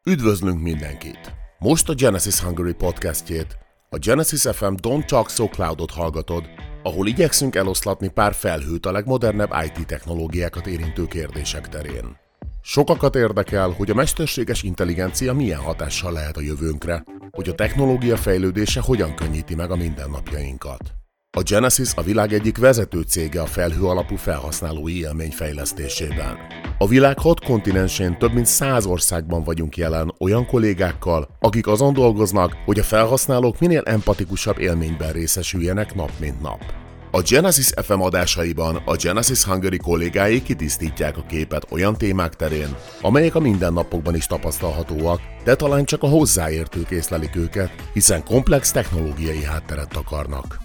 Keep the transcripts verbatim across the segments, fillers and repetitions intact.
Üdvözlünk mindenkit! Most a Genesis Hungary podcastjét, a Genesis ef em Don't Talk So Cloudot hallgatod, ahol igyekszünk eloszlatni pár felhőt a legmodernebb i té technológiákat érintő kérdések terén. Sokakat érdekel, hogy a mesterséges intelligencia milyen hatással lehet a jövőnkre, hogy a technológia fejlődése hogyan könnyíti meg a mindennapjainkat. A Genesis a világ egyik vezető cége a felhő alapú felhasználói élmény fejlesztésében. A világ hat kontinensén több mint száz országban vagyunk jelen olyan kollégákkal, akik azon dolgoznak, hogy a felhasználók minél empatikusabb élményben részesüljenek nap mint nap. A Genesis ef em adásaiban a Genesis Hungary kollégái kitisztítják a képet olyan témák terén, amelyek a mindennapokban is tapasztalhatóak, de talán csak a hozzáértők észlelik őket, hiszen komplex technológiai hátteret takarnak.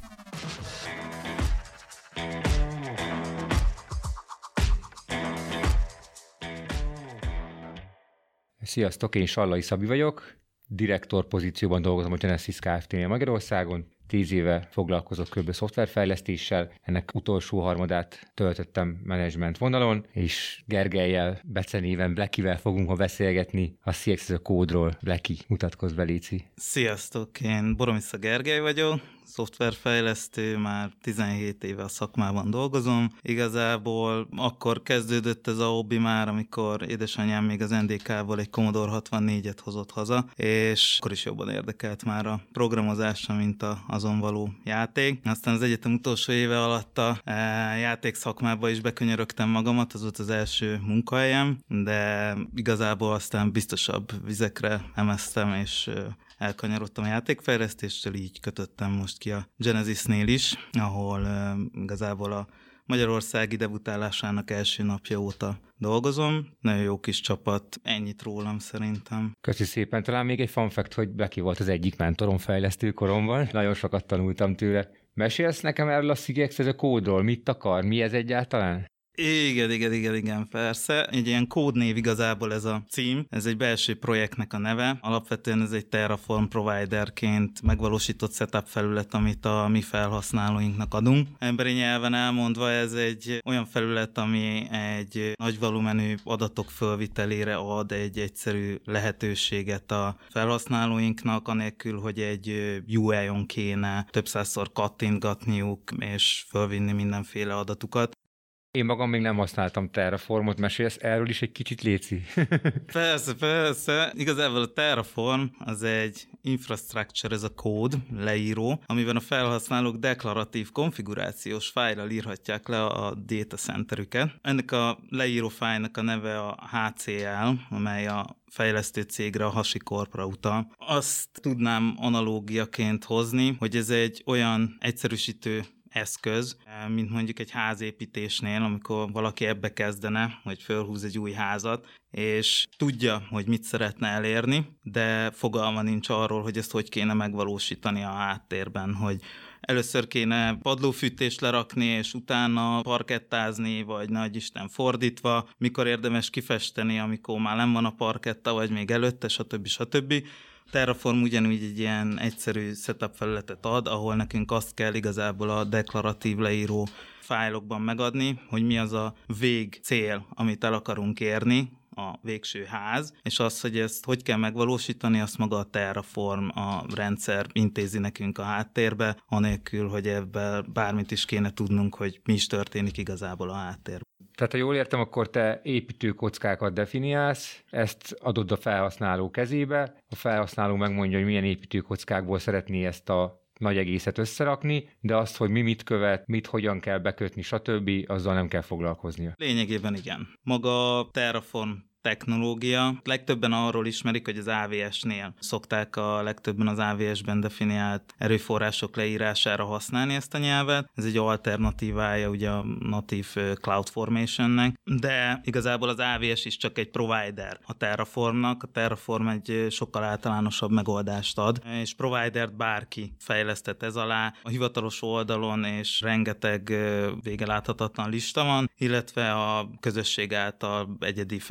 Sziasztok, én Sallai Szabi vagyok, direktor pozícióban dolgozom a Genesis Kft-nél Magyarországon, tíz éve foglalkozok kb. Szoftverfejlesztéssel, ennek utolsó harmadát töltöttem menedzsment vonalon, és Gergellyel, becenéven Blackivel fogunk ma beszélgetni a cé iksz as a Code-ról. Blacki, mutatkozz be, léci. Sziasztok, én Boromisza Gergely vagyok, szoftverfejlesztő, már tizenhét éve a szakmában dolgozom. Igazából akkor kezdődött ez a hobbi már, amikor édesanyám még az en dé ká-ból egy Commodore hatvannégyet hozott haza, és akkor is jobban érdekelt már a programozása, mint a azon való játék. Aztán az egyetem utolsó éve alatt a e, játék szakmába is bekönyörögtem magamat, az volt az első munkahelyem, de igazából aztán biztosabb vizekre emeztem, és e, elkanyarodtam a játékfejlesztéstől, így kötöttem most ki a Genesisnél is, ahol e, igazából a magyarországi debutálásának első napja óta dolgozom. Nagyon jó kis csapat, ennyit rólam szerintem. Köszi szépen. Talán még egy fun fact, hogy Blacki volt az egyik mentorom fejlesztő koromban. Nagyon sokat tanultam tőle. Mesélsz nekem erről a cé iksz as a Code-ról? Mit akar? Mi ez egyáltalán? Igen, igen, igen, igen, persze. Egy ilyen kódnév igazából ez a cím, ez egy belső projektnek a neve. Alapvetően ez egy Terraform providerként megvalósított setup felület, amit a mi felhasználóinknak adunk. Emberi nyelven elmondva ez egy olyan felület, ami egy nagy volumenű adatok fölvitelére ad egy egyszerű lehetőséget a felhasználóinknak, anélkül, hogy egy u i-on kéne több százszor kattintgatniuk és fölvinni mindenféle adatukat. Én magam még nem használtam Terraformot, mesélsz erről is egy kicsit, léci? Persze, persze. Igazából a Terraform az egy infrastructure, ez a kód, leíró, amiben a felhasználók deklaratív konfigurációs fájlal írhatják le a data centerüket. Ennek a leíró fájlnak a neve a há cé el, amely a fejlesztő cégre, a HashiCorpra utal. Azt tudnám analógiaként hozni, hogy ez egy olyan egyszerűsítő eszköz, mint mondjuk egy házépítésnél, amikor valaki ebbe kezdene, hogy fölhúz egy új házat, és tudja, hogy mit szeretne elérni, de fogalma nincs arról, hogy ezt hogy kéne megvalósítani a háttérben, hogy először kéne padlófűtést lerakni, és utána parkettázni, vagy nagyisten fordítva, mikor érdemes kifesteni, amikor már nem van a parketta, vagy még előtte, stb. stb. Terraform ugyanúgy egy ilyen egyszerű setup felületet ad, ahol nekünk azt kell igazából a deklaratív leíró fájlokban megadni, hogy mi az a vég cél, amit el akarunk érni, a végső ház, és az, hogy ezt hogy kell megvalósítani, azt maga a Terraform, a rendszer intézi nekünk a háttérbe, anélkül, hogy ebben bármit is kéne tudnunk, hogy mi is történik igazából a háttérben. Tehát, ha jól értem, akkor te építőkockákat definiálsz, ezt adod a felhasználó kezébe, a felhasználó megmondja, hogy milyen építőkockákból szeretné ezt a nagy egészet összerakni, de azt, hogy mi mit követ, mit hogyan kell bekötni, stb., azzal nem kell foglalkoznia. Lényegében igen. Maga a Terraform technológia. Legtöbben arról ismerik, hogy az á vé es-nél szokták a legtöbben az á vé es-ben definiált erőforrások leírására használni ezt a nyelvet. Ez egy alternatívája ugye a natív CloudFormation-nek, de igazából az á vé es is csak egy provider a Terraformnak. A Terraform egy sokkal általánosabb megoldást ad, és providert bárki fejlesztett ez alá. A hivatalos oldalon és rengeteg vége láthatatlan lista van, illetve a közösség által egyedi fejlesztés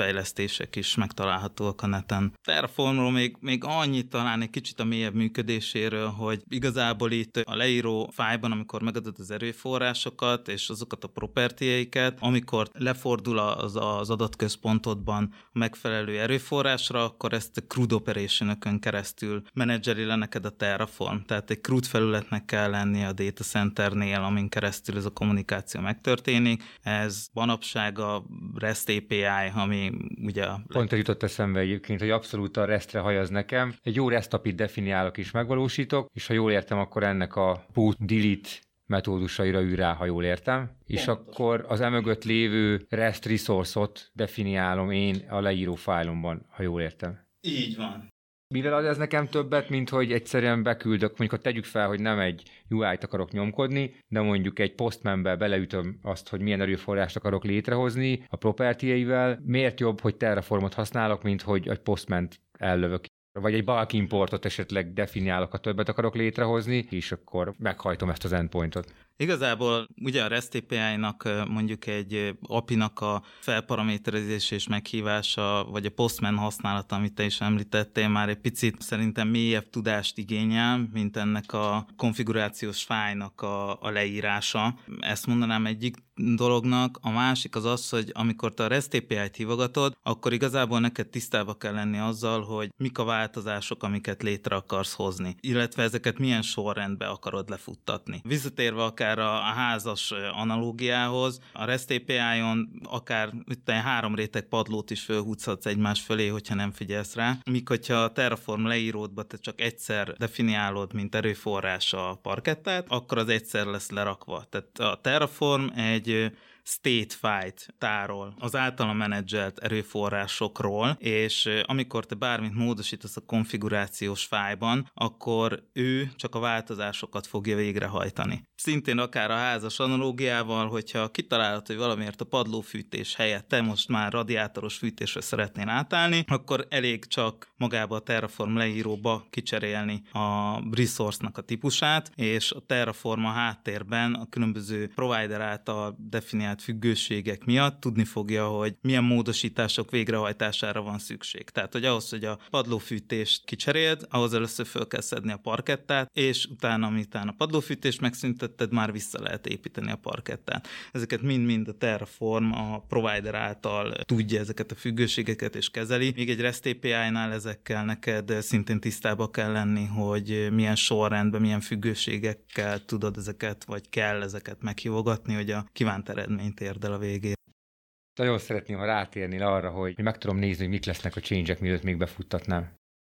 működések is megtalálhatóak a neten. Terraformról még, még annyit talán egy kicsit a mélyebb működéséről, hogy igazából itt a leíró fájlban, amikor megadod az erőforrásokat és azokat a propertyjeiket, amikor lefordul az, az adatközpontodban a megfelelő erőforrásra, akkor ezt a CRUD operation-ökön keresztül menedzseli le neked a Terraform. Tehát egy CRUD felületnek kell lennie a data centernél, amin keresztül ez a kommunikáció megtörténik. Ez manapság a REST á pé i, ami ugye... Pont jutott eszembe egyébként, hogy abszolút a REST-re hajaz nekem. Egy jó REST á pé i-t definiálok és megvalósítok, és ha jól értem, akkor ennek a put, delete metódusaira ül rá, ha jól értem, és Pontos. Akkor az emögött lévő REST resource-ot definiálom én a leíró fájlomban, ha jól értem. Így van. Mivel ad ez nekem többet, mint hogy egyszerűen beküldök, mondjuk ha tegyük fel, hogy nem egy u i-t akarok nyomkodni, de mondjuk egy Postmanbe beleütöm azt, hogy milyen erőforrást akarok létrehozni a propertyeivel, miért jobb, hogy Terraformot használok, mint hogy egy Postman-t ellövök, vagy egy bulk importot esetleg definiálok, ha többet akarok létrehozni, és akkor meghajtom ezt az endpointot. Igazából ugye a REST á pé i-nak mondjuk egy á pé i-nak a felparaméterezése és meghívása, vagy a Postman használata, amit te is említettél, már egy picit szerintem mélyebb tudást igényel, mint ennek a konfigurációs fájlnak a, a leírása. Ezt mondanám egyik dolognak. A másik az az, hogy amikor te a REST á pé i-t hívogatod, akkor igazából neked tisztába kell lenni azzal, hogy mik a változások, amiket létre akarsz hozni, illetve ezeket milyen sorrendbe akarod lefuttatni. Visszatérve akár a házas analógiához, a REST á pé i-on akár három réteg padlót is fölhúzhatsz egymás fölé, hogyha nem figyelsz rá. Míg hogyha a Terraform leíródba te csak egyszer definiálod, mint erőforrás a parkettát, akkor az egyszer lesz lerakva. Tehát a Terraform egy state file-t tárol az általa menedzselt erőforrásokról, és amikor te bármit módosítasz a konfigurációs fájlban, akkor ő csak a változásokat fogja végrehajtani. Szintén akár a házas analógiával, hogyha kitalálod, hogy valamiért a padlófűtés helyett te most már radiátoros fűtésre szeretnél átállni, akkor elég csak magába a Terraform leíróba kicserélni a resource-nak a típusát, és a Terraform a háttérben a különböző provider által definiált függőségek miatt tudni fogja, hogy milyen módosítások végrehajtására van szükség. Tehát, hogy ahhoz, hogy a padlófűtést kicseréld, ahhoz először föl kell szedni a parkettát, és utána, miután a padlófűtést megszüntetted, már vissza lehet építeni a parkettát. Ezeket mind-mind a Terraform a provider által tudja ezeket a függőségeket és kezeli. Még egy REST á pé i-nál ezekkel neked szintén tisztába kell lenni, hogy milyen sorrendben, milyen függőségekkel tudod ezeket, vagy kell ezeket meghívogatni, hogy a kívánt eredményt érd el a végén. Nagyon szeretném, ha rátérnél arra, hogy meg tudom nézni, hogy mik lesznek a change-ek, mielőtt még befuttatnám.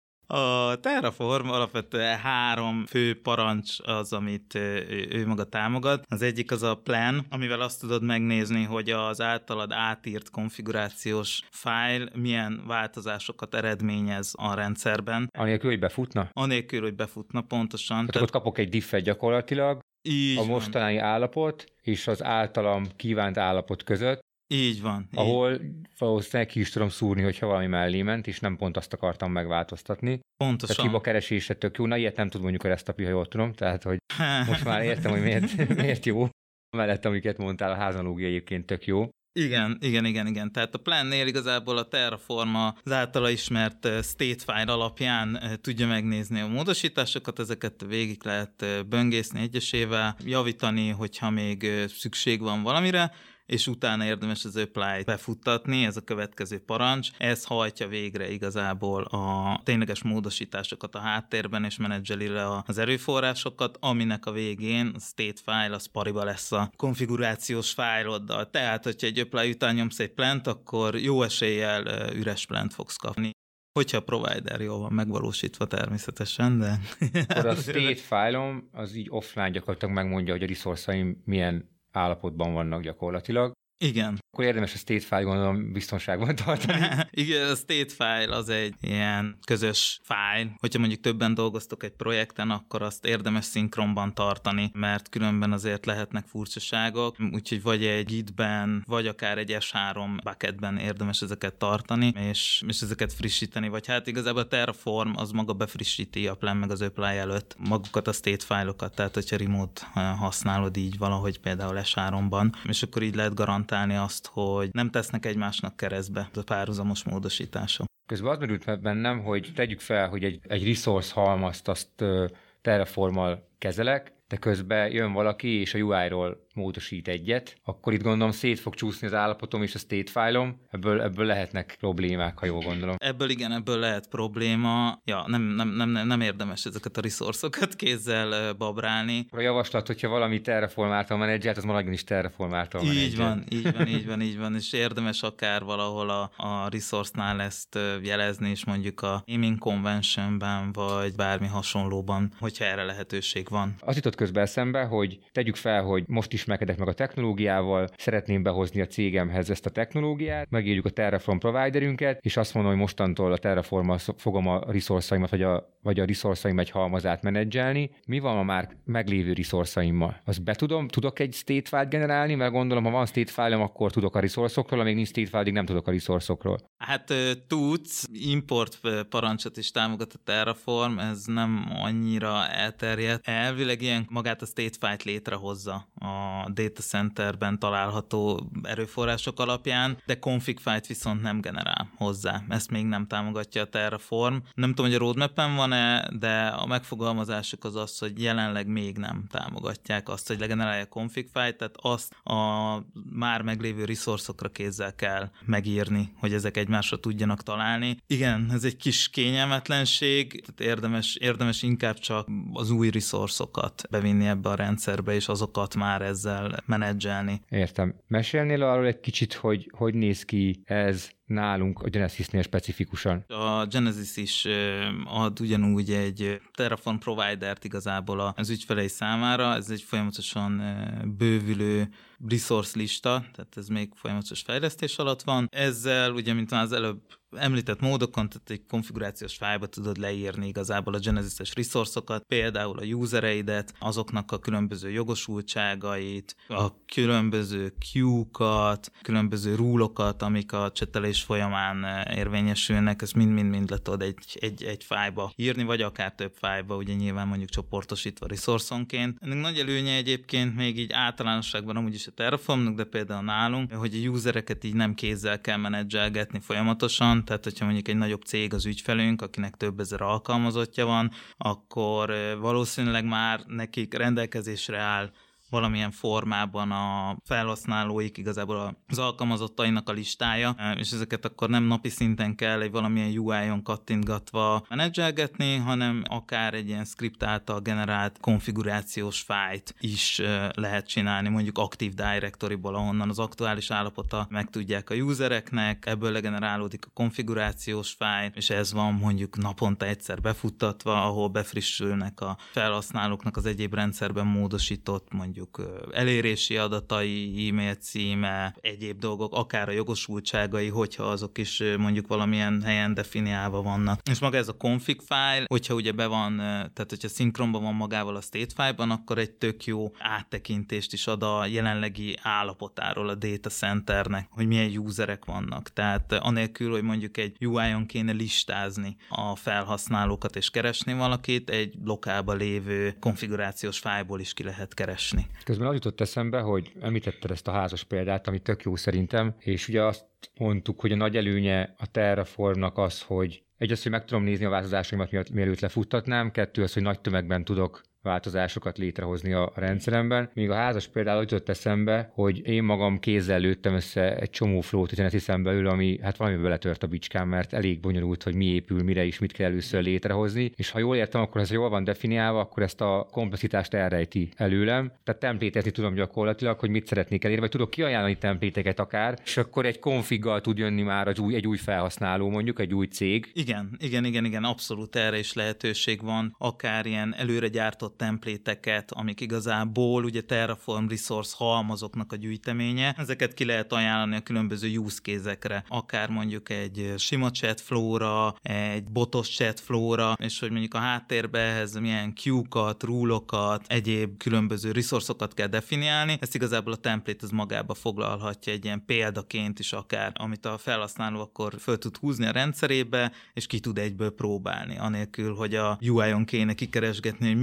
A Terraform alapvetően három fő parancs az, amit ő, ő maga támogat. Az egyik az a plan, amivel azt tudod megnézni, hogy az általad átírt konfigurációs fájl milyen változásokat eredményez a rendszerben. Anélkül, hogy befutna? Anélkül, hogy befutna, pontosan. Tehát, Tehát ott kapok egy diffet gyakorlatilag, így a mostani van. Állapot és az általam kívánt állapot között. Így van. Ahol így. valószínűleg ki is tudom szúrni, hogyha valami mellé ment, és nem pont azt akartam megváltoztatni. Pontosan. Tehát hiba keresése tök jó. Na, ilyet nem tud mondjuk a REST á pé i, ha jól tudom. Tehát, hogy most már értem, hogy miért, miért jó. Mellett, amiket mondtál, a házanalógia egyébként tök jó. Igen, igen, igen, igen. Tehát a plannél igazából a Terraform az általa ismert state file alapján tudja megnézni a módosításokat, ezeket végig lehet böngészni egyesével, javítani, hogyha még szükség van valamire, és utána érdemes az apply-t befuttatni, ez a következő parancs. Ez hajtja végre igazából a tényleges módosításokat a háttérben, és menedzseli le az erőforrásokat, aminek a végén a state file az pariba lesz a konfigurációs fájloddal. Tehát, hogyha egy apply után nyomsz egy plant, akkor jó eséllyel üres plant fogsz kapni. Hogyha a provider jól van megvalósítva természetesen, de... Akkor a state file-om az így offline gyakorlatilag megmondja, hogy a resource-aim milyen állapotban vannak gyakorlatilag. Igen. Akkor érdemes a state file gondolom biztonságban tartani. Igen, a state file az egy ilyen közös file. Hogyha mondjuk többen dolgoztok egy projekten, akkor azt érdemes szinkronban tartani, mert különben azért lehetnek furcsaságok, úgyhogy vagy egy Gitben, vagy akár egy es három bucketben érdemes ezeket tartani, és, és ezeket frissíteni, vagy hát igazából a Terraform az maga befrissíti a plan meg az apply előtt magukat a state file-okat, tehát hogyha remote használod így valahogy például es háromban, és akkor így lehet garantálni, garantálni azt, hogy nem tesznek egymásnak keresztbe a párhuzamos módosítások. Közben az merült bennem, hogy tegyük fel, hogy egy, egy resource halmazt azt Terraformmal kezelek, de közben jön valaki, és a u i-ról módosít egyet, akkor itt gondolom szét fog csúszni az állapotom és a state file-om, ebből, ebből lehetnek problémák, ha jól gondolom. Ebből igen, ebből lehet probléma. Ja, nem, nem, nem, nem érdemes ezeket a resource-okat kézzel babrálni. A javaslat, hogyha valami Terraform által menedzselt, az maradjon is Terraform által menedzselt. Így van, így van, így van, így van, és érdemes akár valahol a, a resource-nál ezt jelezni, és mondjuk a naming convention-ben, vagy bármi hasonlóban, hogyha erre lehetőség van. Az jutott közben eszembe, hogy tegyük fel, hogy most ismerkedek meg a technológiával, szeretném behozni a cégemhez ezt a technológiát, megírjuk a Terraform providerünket, és azt mondom, hogy mostantól a Terraformmal fogom a resource-aimat, vagy a, vagy a resource-aim egy halmazát menedzselni. Mi van a már meglévő resource-aimmal? Azt be tudom, tudok egy state file-t generálni, mert gondolom, ha van state file-om, akkor tudok a resource-okról, amíg nincs state file, nem tudok a resource-okról. Hát tudsz, import parancsot is támogat a Terraform, ez nem annyira elterjedt. Elvileg ilyen magát a state file-t létrehozza a data centerben található erőforrások alapján, de config file-t viszont nem generál hozzá. Ezt még nem támogatja a Terraform. Nem tudom, hogy a roadmap-en van-e, de a megfogalmazásuk az az, hogy jelenleg még nem támogatják azt, hogy legenerálja a config file-t, tehát azt a már meglévő resource-okra kézzel kell megírni, hogy ezek egymásra tudjanak találni. Igen, ez egy kis kényelmetlenség, tehát érdemes, érdemes inkább csak az új resource-okat bevinni ebbe a rendszerbe, és azokat már ezzel menedzselni. Értem. Mesélnél arról egy kicsit, hogy hogy néz ki ez nálunk a Genesisnél specifikusan? A Genesis is ad ugyanúgy egy Terraform providert igazából az ügyfelei számára, ez egy folyamatosan bővülő resource lista, tehát ez még folyamatos fejlesztés alatt van. Ezzel ugye, mint az előbb említett módokon, tehát egy konfigurációs fájlba tudod leírni igazából a Genesis-es resource-okat, például a usereidet, azoknak a különböző jogosultságait, a különböző queue-kat, különböző rule-okat, amik a csetelés folyamán érvényesülnek, ezt mind-mind-mind le tudod egy, egy, egy fájlba írni, vagy akár több fájlba, ugye nyilván mondjuk csoportosítva resource-onként. Ennek nagy előnye egyébként még így általánosságban amúgy is a Terraformnak, de például nálunk, hogy a usereket így nem kézzel kell menedzselgetni folyamatosan, tehát hogyha mondjuk egy nagyobb cég az ügyfelünk, akinek több ezer alkalmazottja van, akkor valószínűleg már nekik rendelkezésre áll valamilyen formában a felhasználóik, igazából az alkalmazottainak a listája, és ezeket akkor nem napi szinten kell egy valamilyen u i-on kattintgatva menedzselgetni, hanem akár egy ilyen script által generált konfigurációs fájlt is lehet csinálni, mondjuk Active Directory-ból, ahonnan az aktuális állapota megtudják a usereknek, ebből legenerálódik a konfigurációs fájl, és ez van mondjuk naponta egyszer befuttatva, ahol befrissülnek a felhasználóknak az egyéb rendszerben módosított mondjuk elérési adatai, e-mail címe, egyéb dolgok, akár a jogosultságai, hogyha azok is mondjuk valamilyen helyen definiálva vannak. És maga ez a config file, hogyha ugye be van, tehát hogyha szinkronban van magával a state file-ban, akkor egy tök jó áttekintést is ad a jelenlegi állapotáról a data centernek, hogy milyen userek vannak. Tehát anélkül, hogy mondjuk egy u i-on kéne listázni a felhasználókat és keresni valakit, egy lokálban lévő konfigurációs fájlból is ki lehet keresni. Közben az jutott eszembe, hogy említetted ezt a házas példát, ami tök jó szerintem, és ugye azt mondtuk, hogy a nagy előnye a Terraformnak az, hogy egy az, hogy meg tudom nézni a változásaimat, mielőtt lefuttatnám, kettő az, hogy nagy tömegben tudok változásokat létrehozni a rendszeremben. Míg a házas például jutott eszembe, hogy én magam kézzel lőttem össze egy csomó flót a Genesisen belül, ami hát valami beletört a bicskám, mert elég bonyolult, hogy mi épül, mire is mit kell először létrehozni. És ha jól értem, akkor ez jól van definiálva, akkor ezt a komplexitást elrejti előlem. Tehát templétezni tudom gyakorlatilag, hogy mit szeretnék elérni, vagy tudok kiajánlani templéteket akár, és akkor egy konfiggal tud jönni már az új, egy új felhasználó, mondjuk egy új cég. Igen, igen, igen, igen, abszolút erre is lehetőség van, akár ilyen előre gyártott templéteket, amik igazából ugye Terraform resource halmazoknak a gyűjteménye. Ezeket ki lehet ajánlani a különböző use case-ekre, akár mondjuk egy sima chat flow-ra, egy botos chat flow-ra, és hogy mondjuk a háttérbe ehhez milyen queue-kat, rule-okat, egyéb különböző resource-okat kell definiálni. Ezt igazából a template az magába foglalhatja egy ilyen példaként is akár, amit a felhasználó akkor föl tud húzni a rendszerébe, és ki tud egyből próbálni, anélkül, hogy a u i-on kéne kikeresgetni, hogy még mi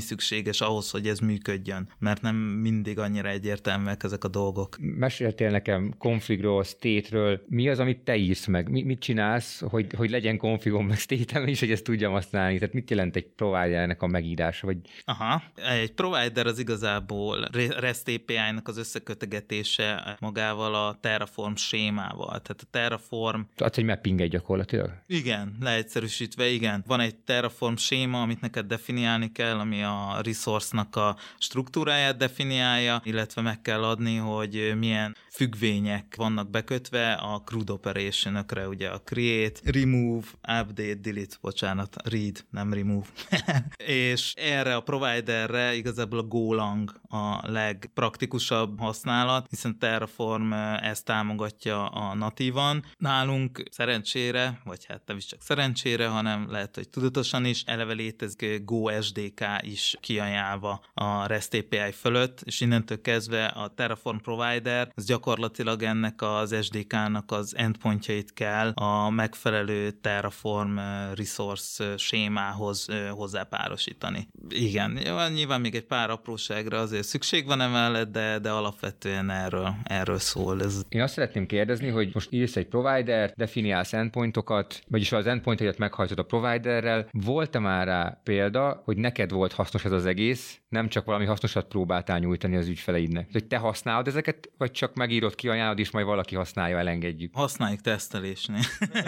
szükséges ahhoz, hogy ez működjön, mert nem mindig annyira egyértelműek ezek a dolgok. Meséltél nekem configról, state-ről. Mi az, amit te írsz meg? Mi, mit csinálsz, hogy, hogy legyen configom meg state-em is, hogy ezt tudjam használni? Tehát mit jelent egy providernek a megírása? Vagy... Aha. Egy provider az igazából REST á pé í-nak az összekötegetése magával a Terraform sémával. Tehát a Terraform... Tehát egy mapping egy gyakorlatilag? Igen, leegyszerűsítve, igen. Van egy Terraform séma, amit neked definiálni kell, ami a resource-nak a struktúráját definiálja, illetve meg kell adni, hogy milyen függvények vannak bekötve a CRUD operation-ökre, ugye a create, remove, update, delete, bocsánat, read, nem remove. És erre a providerre igazából a Golang a legpraktikusabb használat, hiszen Terraform ezt támogatja a natívan. Nálunk szerencsére, vagy hát nem is csak szerencsére, hanem lehet, hogy tudatosan is, eleve létezik Go es dé ká is kiajánlva a REST á pé í fölött, és innentől kezdve a Terraform provider, az gyakorlatilag ennek az es dé ká-nak az endpointjait kell a megfelelő Terraform resource sémához hozzápárosítani. Igen, nyilván még egy pár apróságra azért szükség van emellett, de, de alapvetően erről, erről szól. Ez... Én azt szeretném kérdezni, hogy most írsz egy provider, definiálsz endpointokat, vagyis az endpointokat meghajtod a providerrel. Volt-e már rá példa, hogy neked volt hasznos ez az egész, nem csak valami hasznosat próbáltál nyújtani az ügyfeleidnek? Hogy te használod ezeket, vagy csak megírod, kiajánlod, és majd valaki használja, elengedjük? Használjuk tesztelésnél.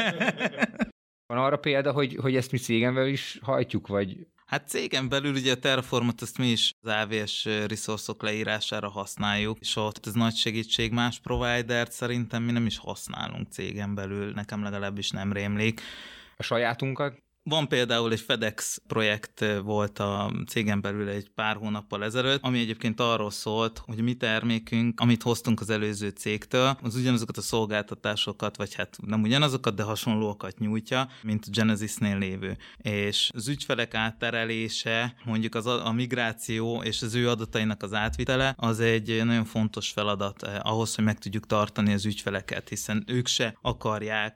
Van arra példa, hogy, hogy ezt mi cégen belül is hajtjuk, vagy... Hát cégen belül ugye a Terraformot ezt mi is az á vé es resource-ok leírására használjuk, és ott ez nagy segítség, más providert szerintem mi nem is használunk cégen belül, nekem legalábbis nem rémlik. A sajátunkat? Van például egy FedEx projekt volt a cégen belül egy pár hónappal ezelőtt, ami egyébként arról szólt, hogy mi termékünk, amit hoztunk az előző cégtől, az ugyanazokat a szolgáltatásokat, vagy hát nem ugyanazokat, de hasonlókat nyújtja, mint a Genesisnél lévő. És az ügyfelek átterelése, mondjuk az a, a migráció és az ő adatainak az átvitele, az egy nagyon fontos feladat eh, ahhoz, hogy meg tudjuk tartani az ügyfeleket, hiszen ők se akarják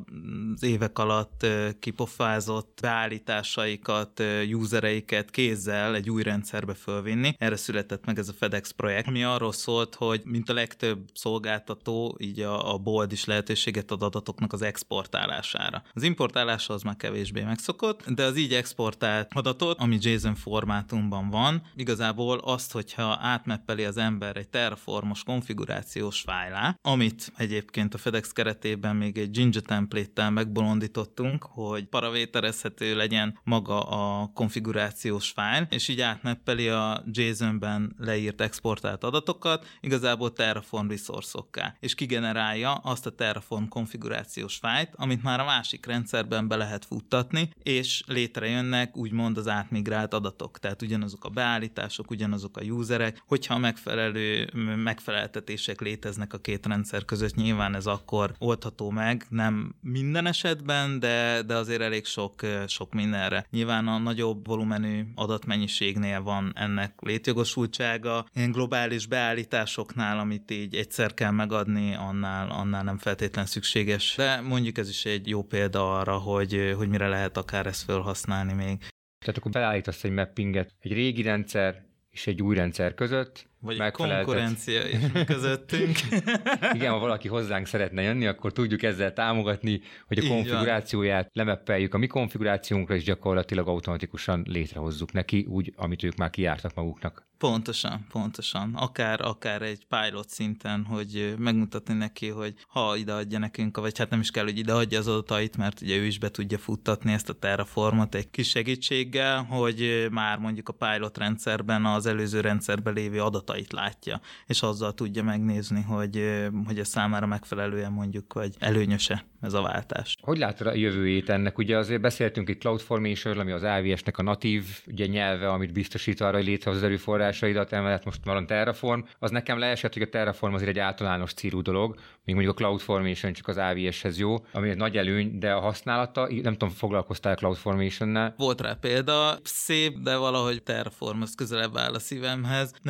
az évek alatt eh, kipofázott beállításaikat, usereiket kézzel egy új rendszerbe fölvinni. Erre született meg ez a FedEx projekt, ami arról szólt, hogy mint a legtöbb szolgáltató, így a, a Bold is lehetőséget ad adatoknak az exportálására. Az importálása az már kevésbé megszokott, de az így exportált adatot, ami JSON formátumban van, igazából azt, hogyha átmeppeli az ember egy Terraformos konfigurációs fájlá, amit egyébként a FedEx keretében még egy Jinja template-tel megbolondítottunk, hogy paraméter ereszthető legyen maga a konfigurációs fájl, és így átmeppeli a JSON-ben leírt exportált adatokat, igazából Terraform resource-okká, és kigenerálja azt a Terraform konfigurációs fájlt, amit már a másik rendszerben be lehet futtatni, és létrejönnek úgymond az átmigrált adatok, tehát ugyanazok a beállítások, ugyanazok a userek, hogyha megfelelő megfeleltetések léteznek a két rendszer között, nyilván ez akkor oldható meg, nem minden esetben, de, de azért elég sok sok mindenre. Nyilván a nagyobb volumenű adatmennyiségnél van ennek létjogosultsága. Ilyen globális beállításoknál, amit így egyszer kell megadni, annál, annál nem feltétlen szükséges. De mondjuk ez is egy jó példa arra, hogy, hogy mire lehet akár ezt felhasználni még. Tehát akkor beállítasz egy mappinget egy régi rendszer és egy új rendszer között, vagy egy konkurencia is közöttünk. Igen, ha valaki hozzánk szeretne jönni, akkor tudjuk ezzel támogatni, hogy a Így konfigurációját van. Lemeppeljük a mi konfigurációnkra, és gyakorlatilag automatikusan létrehozzuk neki úgy, amit ők már kijártak maguknak. Pontosan, pontosan. Akár, akár egy pilot szinten, hogy megmutatni neki, hogy ha ideadja nekünk, vagy hát nem is kell, hogy ideadja az adatait, mert ugye ő is be tudja futtatni ezt a Terraformot egy kis segítséggel, hogy már mondjuk a pilot rendszerben az előző rendszerben lévő adatait látja, és azzal tudja megnézni, hogy, hogy ez számára megfelelően mondjuk, vagy előnyöse ez a váltás. Hogy látod a jövőjét ennek? Ugye azért beszéltünk itt CloudFormation, ami az á vé es-nek a natív ugye, nyelve, amit biztosít arra, hogy létrehoz az erőforrásaidat, emellett most van Terraform. Az nekem leesett, hogy a Terraform azért egy általános célú dolog, még mondjuk a CloudFormation csak az á vé es-hez jó, ami egy nagy előny, de a használata, nem tudom, foglalkoztál a CloudFormation-nel. Volt rá példa, szép, de valahogy Terraform az közelebb áll a szívemhez. Nem véletlen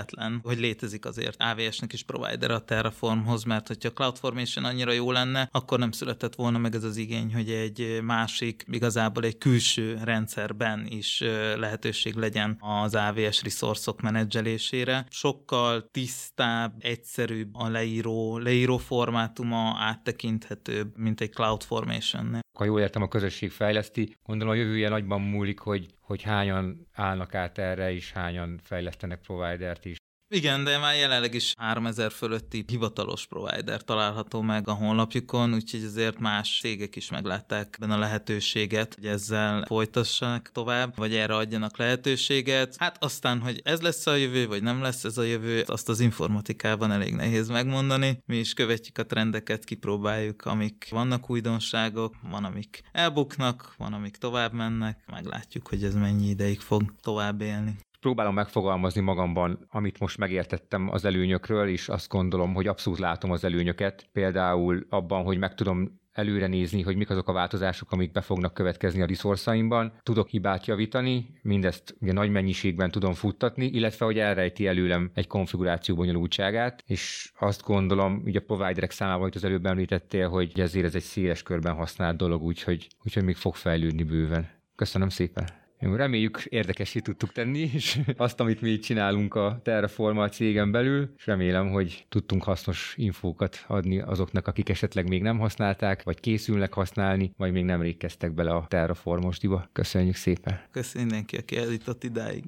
véletlen, hogy létezik azért á vé es-nek is provider a Terraformhoz, mert hogyha CloudFormation annyira jó lenne, akkor nem született volna meg ez az igény, hogy egy másik, igazából egy külső rendszerben is lehetőség legyen az á vé es resource-ok menedzselésére. Sokkal tisztább, egyszerűbb a leíró, leíró formátuma, áttekinthetőbb, mint egy CloudFormation-nek. Ha jól értem, a közösség fejleszti, gondolom a jövője nagyban múlik, hogy, hogy hányan állnak át erre, és hányan fejlesztenek providert is. Igen, de már jelenleg is háromezer fölötti hivatalos provider található meg a honlapjukon, úgyhogy azért más cégek is meglátták benne a lehetőséget, hogy ezzel folytassanak tovább, vagy erre adjanak lehetőséget. Hát aztán, hogy ez lesz a jövő, vagy nem lesz ez a jövő, azt az informatikában elég nehéz megmondani. Mi is követjük a trendeket, kipróbáljuk, amik vannak újdonságok, van, amik elbuknak, van, amik tovább mennek, meglátjuk, hogy ez mennyi ideig fog tovább élni. Próbálom megfogalmazni magamban, amit most megértettem az előnyökről, és azt gondolom, hogy abszolút látom az előnyöket. Például abban, hogy meg tudom előre nézni, hogy mik azok a változások, amik be fognak következni a resource-aimban. Tudok hibát javítani, mindezt ugye nagy mennyiségben tudom futtatni, illetve hogy elrejti előlem egy konfiguráció bonyolultságát, és azt gondolom, ugye a providerek számában, hogy az előbb említettél, hogy ezért ez egy széles körben használt dolog, úgyhogy, úgyhogy még fog fejlődni bőven. Köszönöm szépen! Jó, reméljük érdekessé tudtuk tenni, és azt, amit mi itt csinálunk a Terraform cégen belül, és remélem, hogy tudtunk hasznos infókat adni azoknak, akik esetleg még nem használták, vagy készülnek használni, vagy még nem kezdtek bele a Terraformosdiba. Köszönjük szépen! Köszönjük mindenki, aki eljutott idáig!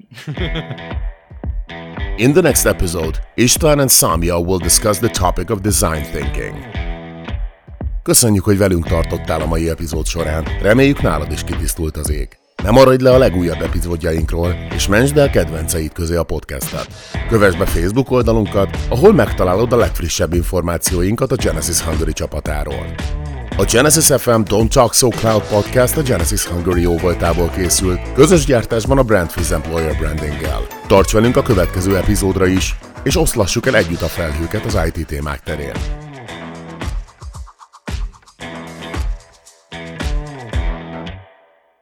In the next episode, István and Samia will discuss the topic of design thinking. Köszönjük, hogy velünk tartottál a mai epizód során. Reméljük, nálad is kitisztult az ég. Ne maradj le a legújabb epizódjainkról, és mentsd el kedvenceid közé a podcastet. Kövesd be Facebook oldalunkat, ahol megtalálod a legfrissebb információinkat a Genesys Hungary csapatáról. A Genesys ef em Don't Talk So Cloud podcast a Genesys Hungary jóvoltából készült, közös gyártásban a Brandfiz Employer Brandinggel. Tarts velünk a következő epizódra is, és oszlassuk el együtt a felhőket az i té témák terén.